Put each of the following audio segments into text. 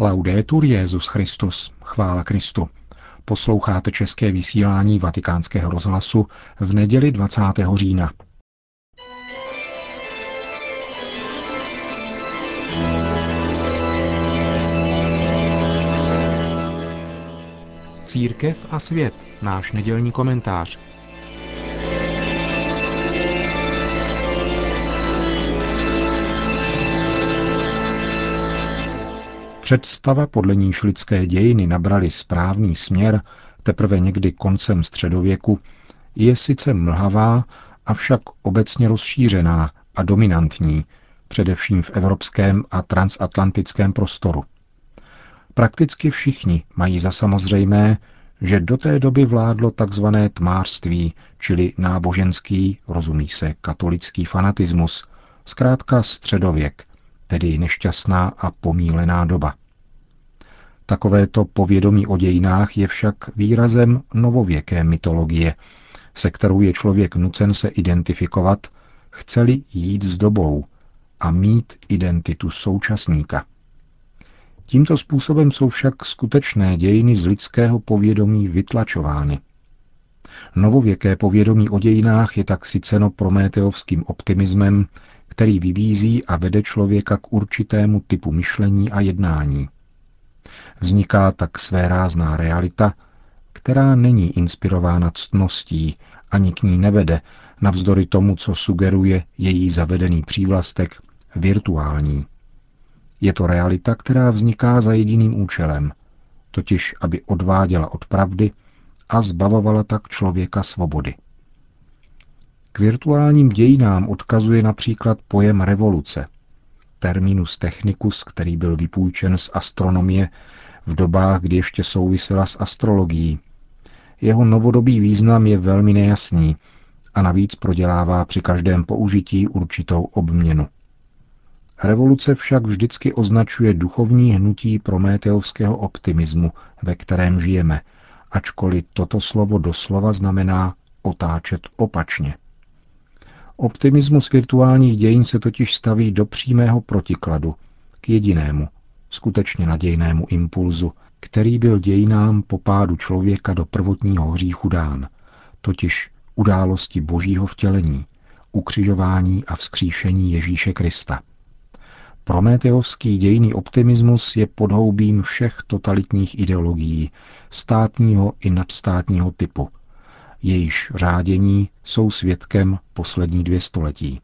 Laudetur Jesus Christus, chvála Kristu. Posloucháte české vysílání Vatikánského rozhlasu v neděli 20. října. Církev a svět, náš nedělní komentář. Představa, podle níž lidské dějiny nabraly správný směr teprve někdy koncem středověku, je sice mlhavá, avšak obecně rozšířená a dominantní, především v evropském a transatlantickém prostoru. Prakticky všichni mají za samozřejmé, že do té doby vládlo takzvané tmářství, čili náboženský, rozumí se katolický fanatismus, zkrátka středověk, tedy nešťastná a pomílená doba. Takovéto povědomí o dějinách je však výrazem novověké mytologie, se kterou je člověk nucen se identifikovat, chce-li jít s dobou a mít identitu současníka. Tímto způsobem jsou však skutečné dějiny z lidského povědomí vytlačovány. Novověké povědomí o dějinách je tak syceno prométeovským optimismem, který vybízí a vede člověka k určitému typu myšlení a jednání. Vzniká tak svérázná realita, která není inspirována ctností, ani k ní nevede, navzdory tomu, co sugeruje její zavedený přívlastek virtuální. Je to realita, která vzniká za jediným účelem, totiž aby odváděla od pravdy a zbavovala tak člověka svobody. K virtuálním dějinám odkazuje například pojem revoluce, terminus technicus, který byl vypůjčen z astronomie v dobách, kdy ještě souvisela s astrologií. Jeho novodobý význam je velmi nejasný a navíc prodělává při každém použití určitou obměnu. Revoluce však vždycky označuje duchovní hnutí prométeovského optimismu, ve kterém žijeme, ačkoliv toto slovo doslova znamená otáčet opačně. Optimismus virtuálních dějin se totiž staví do přímého protikladu k jedinému, skutečně nadějnému impulzu, který byl dějinám po pádu člověka do prvotního hříchu dán, totiž události božího vtělení, ukřižování a vzkříšení Ježíše Krista. Prométeovský dějinný optimismus je podhoubím všech totalitních ideologií, státního i nadstátního typu. Jejíž řádění jsou svědkem poslední 2 století.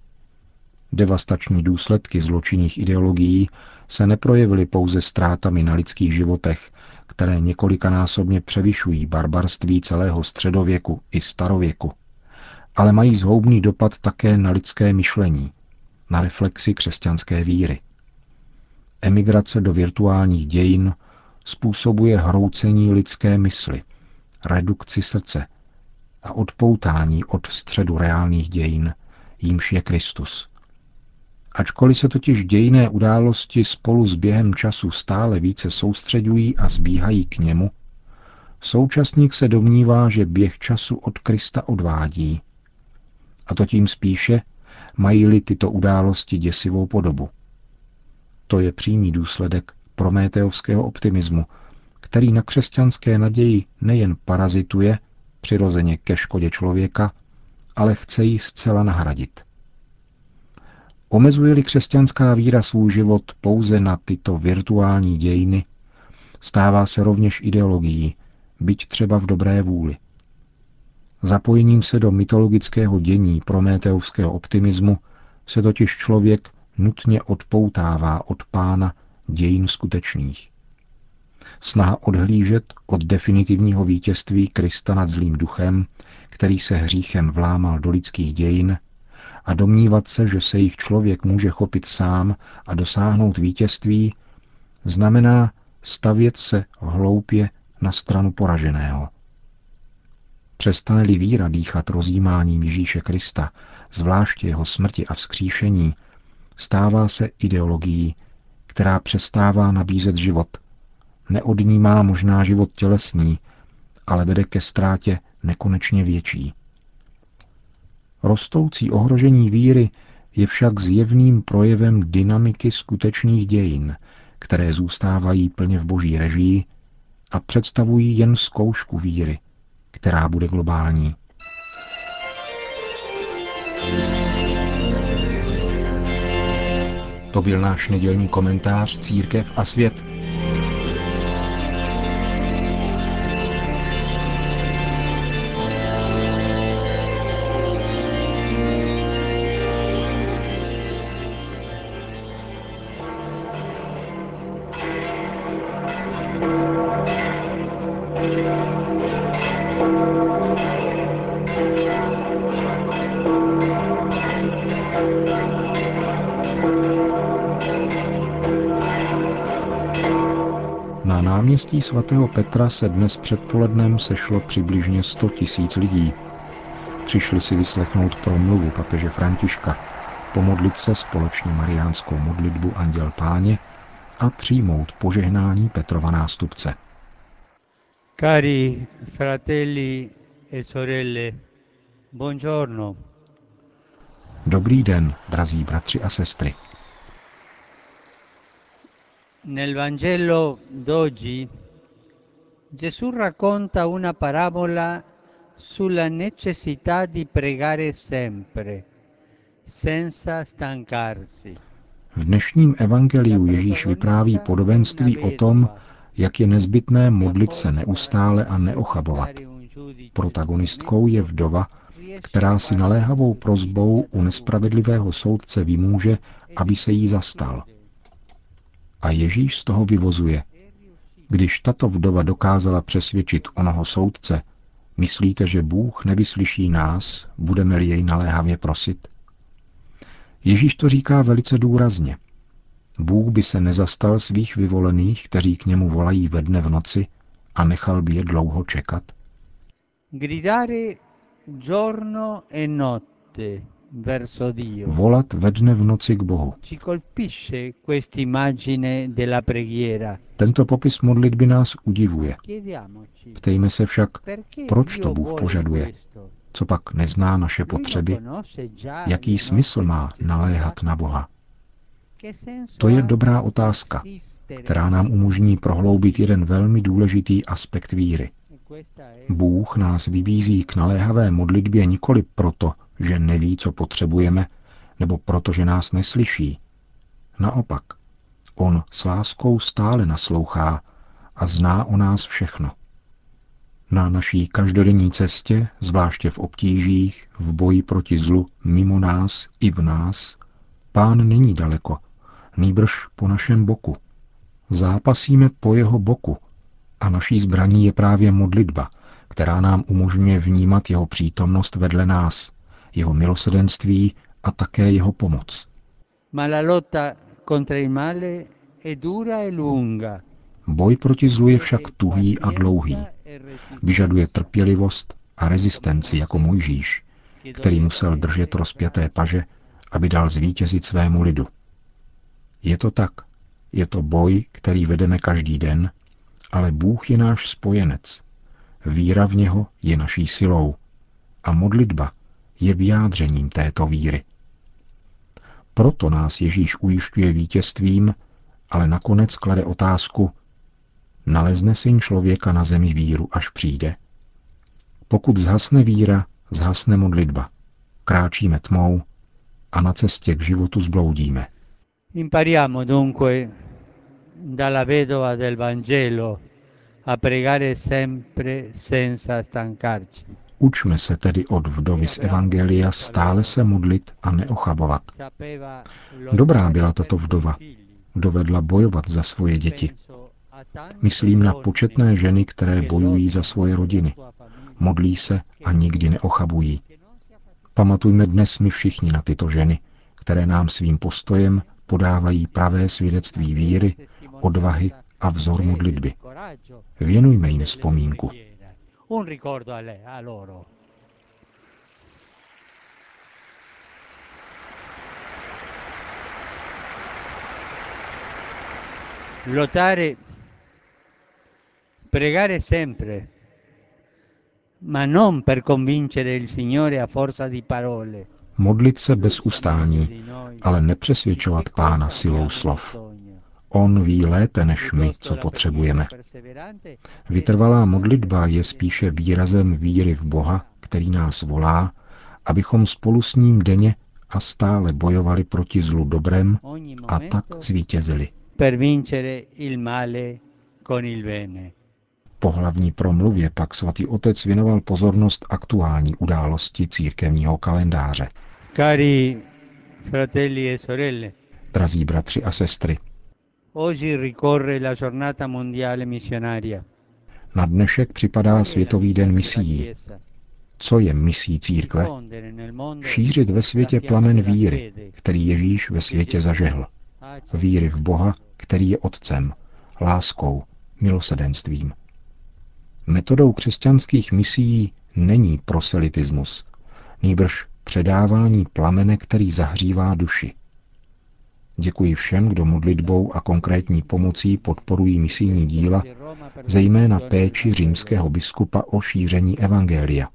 Devastační důsledky zločinných ideologií se neprojevily pouze ztrátami na lidských životech, které několikanásobně převyšují barbarství celého středověku i starověku, ale mají zhoubný dopad také na lidské myšlení, na reflexi křesťanské víry. Emigrace do virtuálních dějin způsobuje hroucení lidské mysli, redukci srdce a odpoutání od středu reálných dějin, jímž je Kristus. Ačkoliv se totiž dějinné události spolu s během času stále více soustřeďují a zbíhají k němu, současník se domnívá, že běh času od Krista odvádí. A to tím spíše, mají-li tyto události děsivou podobu. To je přímý důsledek prométeovského optimismu, který na křesťanské naději nejen parazituje, přirozeně ke škodě člověka, ale chce ji zcela nahradit. Omezuje-li křesťanská víra svůj život pouze na tyto virtuální dějiny, stává se rovněž ideologií, byť třeba v dobré vůli. Zapojením se do mytologického dění prométeovského optimismu se totiž člověk nutně odpoutává od Pána dějin skutečných. Snaha odhlížet od definitivního vítězství Krista nad zlým duchem, který se hříchem vlámal do lidských dějin, a domnívat se, že se jich člověk může chopit sám a dosáhnout vítězství, znamená stavět se hloupě na stranu poraženého. Přestane-li víra dýchat rozjímáním Ježíše Krista, zvláště jeho smrti a vzkříšení, stává se ideologií, která přestává nabízet život. Neodnímá možná život tělesný, ale vede ke ztrátě nekonečně větší. Rostoucí ohrožení víry je však zjevným projevem dynamiky skutečných dějin, které zůstávají plně v boží režii a představují jen zkoušku víry, která bude globální. To byl náš nedělní komentář Církev a svět. Na náměstí svatého Petra se dnes předpolednem sešlo přibližně 100 000 lidí. Přišli si vyslechnout promluvu papeže Františka, pomodlit se společně mariánskou modlitbu Anděl Páně a přijmout požehnání Petrova nástupce. Cari fratelli e sorelle, buongiorno. Dobrý den, drazí bratři a sestry. Nel Vangelo d'oggi Gesù racconta una parabola sulla necessità di pregare sempre, senza stancarsi. V dnešním evangeliu Ježíš vypráví podobenství o tom, jak je nezbytné modlit se neustále a neochabovat. Protagonistkou je vdova, která si naléhavou prosbou u nespravedlivého soudce vymůže, aby se jí zastal. A Ježíš z toho vyvozuje: když tato vdova dokázala přesvědčit onoho soudce, myslíte, že Bůh nevyslyší nás, budeme-li jej naléhavě prosit? Ježíš to říká velice důrazně. Bůh by se nezastal svých vyvolených, kteří k němu volají ve dne v noci, a nechal by je dlouho čekat? Gridare giorno e notte verso Dio. Volat ve dne v noci k Bohu. Ci colpisce questa immagine della preghiera. Tento popis modlitby nás udivuje. Chiediamoci, Ptejme se však, perché proč to Dio Bůh vuole požaduje? questo? Co pak nezná naše Lui lo potřeby? conosce già Jaký le smysl nostre má necessità. naléhat na Boha? Che senso To je ha dobrá otázka, insistere? která nám umožní prohloubit jeden velmi důležitý aspekt víry. E questa è Bůh nás vybízí k naléhavé modlitbě nikoli proto, že neví, co potřebujeme, nebo proto, že nás neslyší. Naopak, on s láskou stále naslouchá a zná o nás všechno. Na naší každodenní cestě, zvláště v obtížích, v boji proti zlu, mimo nás i v nás, Pán není daleko, nýbrž po našem boku. Zápasíme po jeho boku a naší zbraní je právě modlitba, která nám umožňuje vnímat jeho přítomnost vedle nás, jeho milosrdenství a také jeho pomoc. Ma la lotta contro il male è dura e lunga. Boj proti zlu je však tuhý a dlouhý. Vyžaduje trpělivost a rezistenci jako Mojžíš, který musel držet rozpjaté paže, aby dal zvítězit svému lidu. Je to tak. Je to boj, který vedeme každý den, ale Bůh je náš spojenec. Víra v něho je naší silou a modlitba je vyjádřením této víry. Proto nás Ježíš ujišťuje vítězstvím, ale nakonec klade otázku: nalezne syn člověka na zemi víru, až přijde? Pokud zhasne víra, zhasne modlitba. Kráčíme tmou a na cestě k životu zbloudíme. Impariamo dunque dalla vedova del Vangelo a pregare sempre senza stancarci. Učme se tedy od vdovy z Evangelia stále se modlit a neochabovat. Dobrá byla tato vdova. Dovedla bojovat za svoje děti. Myslím na početné ženy, které bojují za svoje rodiny. Modlí se a nikdy neochabují. Pamatujme dnes my všichni na tyto ženy, které nám svým postojem podávají pravé svědectví víry, odvahy a vzor modlitby. Věnujme jim vzpomínku. Un ricordo a loro. Lottare, pregare sempre, ma non per convincere il Signore a forza di parole. Modlit se bez ustání, ale nepřesvědčovat Pána silou slov. On ví lépe než my, co potřebujeme. Vytrvalá modlitba je spíše výrazem víry v Boha, který nás volá, abychom spolu s ním denně a stále bojovali proti zlu dobrem a tak zvítězili. Po hlavní promluvě pak svatý otec věnoval pozornost aktuální události církevního kalendáře. Cari fratelli e sorelle, Drazí bratři a sestry, oggi ricorre la giornata mondiale missionaria. na dnešek připadá Světový den misií. Co je misí církve? Šířit ve světě plamen víry, který Ježíš ve světě zažehl. Víry v Boha, který je Otcem, láskou, milosrdenstvím. Metodou křesťanských misií není proselitismus, nýbrž předávání plamene, který zahřívá duši. Děkuji všem, kdo modlitbou a konkrétní pomocí podporují misijní díla, zejména péči římského biskupa o šíření evangelia.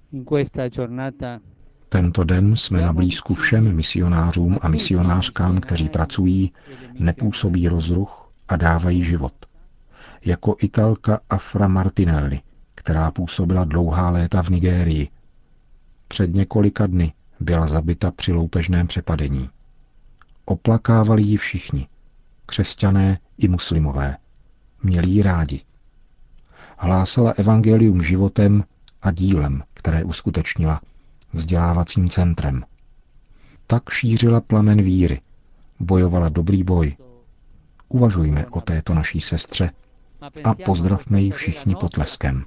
Tento den jsme na blízku všem misionářům a misionářkám, kteří pracují, nepůsobí rozruch a dávají život. Jako Italka Afra Martinelli, která působila dlouhá léta v Nigérii. Před několika dny byla zabita při loupežném přepadení. Oplakávali ji všichni, křesťané i muslimové. Měli ji rádi. Hlásala evangelium životem a dílem, které uskutečnila, vzdělávacím centrem. Tak šířila plamen víry, bojovala dobrý boj. Uvažujme o této naší sestře a pozdravme ji všichni potleskem.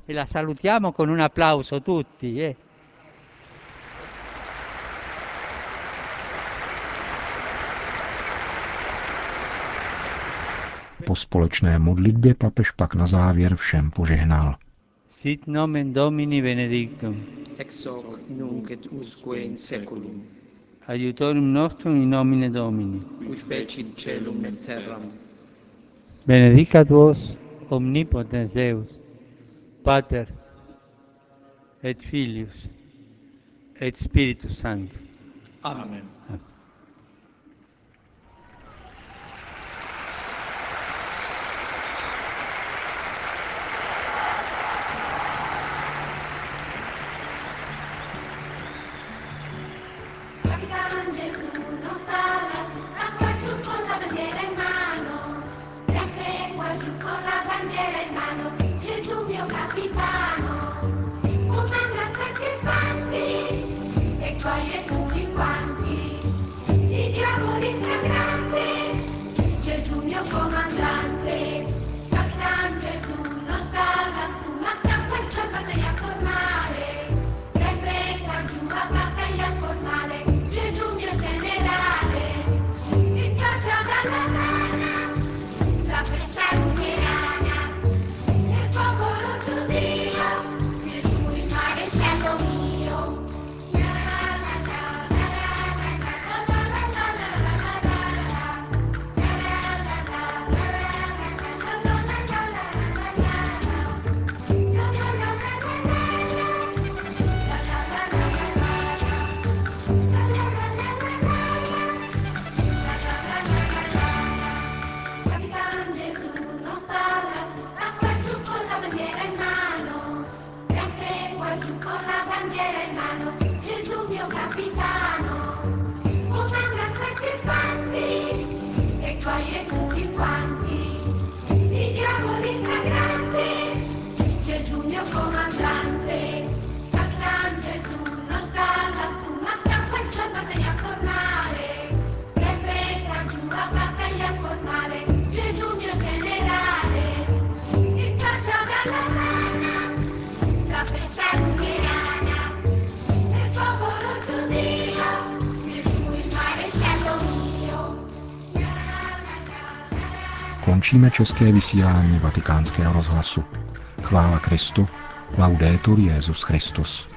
Po společné modlitbě papež pak na závěr všem požehnal. Sit nomen Domini benedictum. Ex hoc nunc et usque in seculum. Aiutorium nostrum in nomine Domini. Qui fecit caelum et terram. Benedicat vos omnipotens Deus, Pater et Filius et Spiritus Sanctus. Amen. Končíme české vysílání Vatikánského rozhlasu. Chvála Kristu, laudetur Jesus Christus.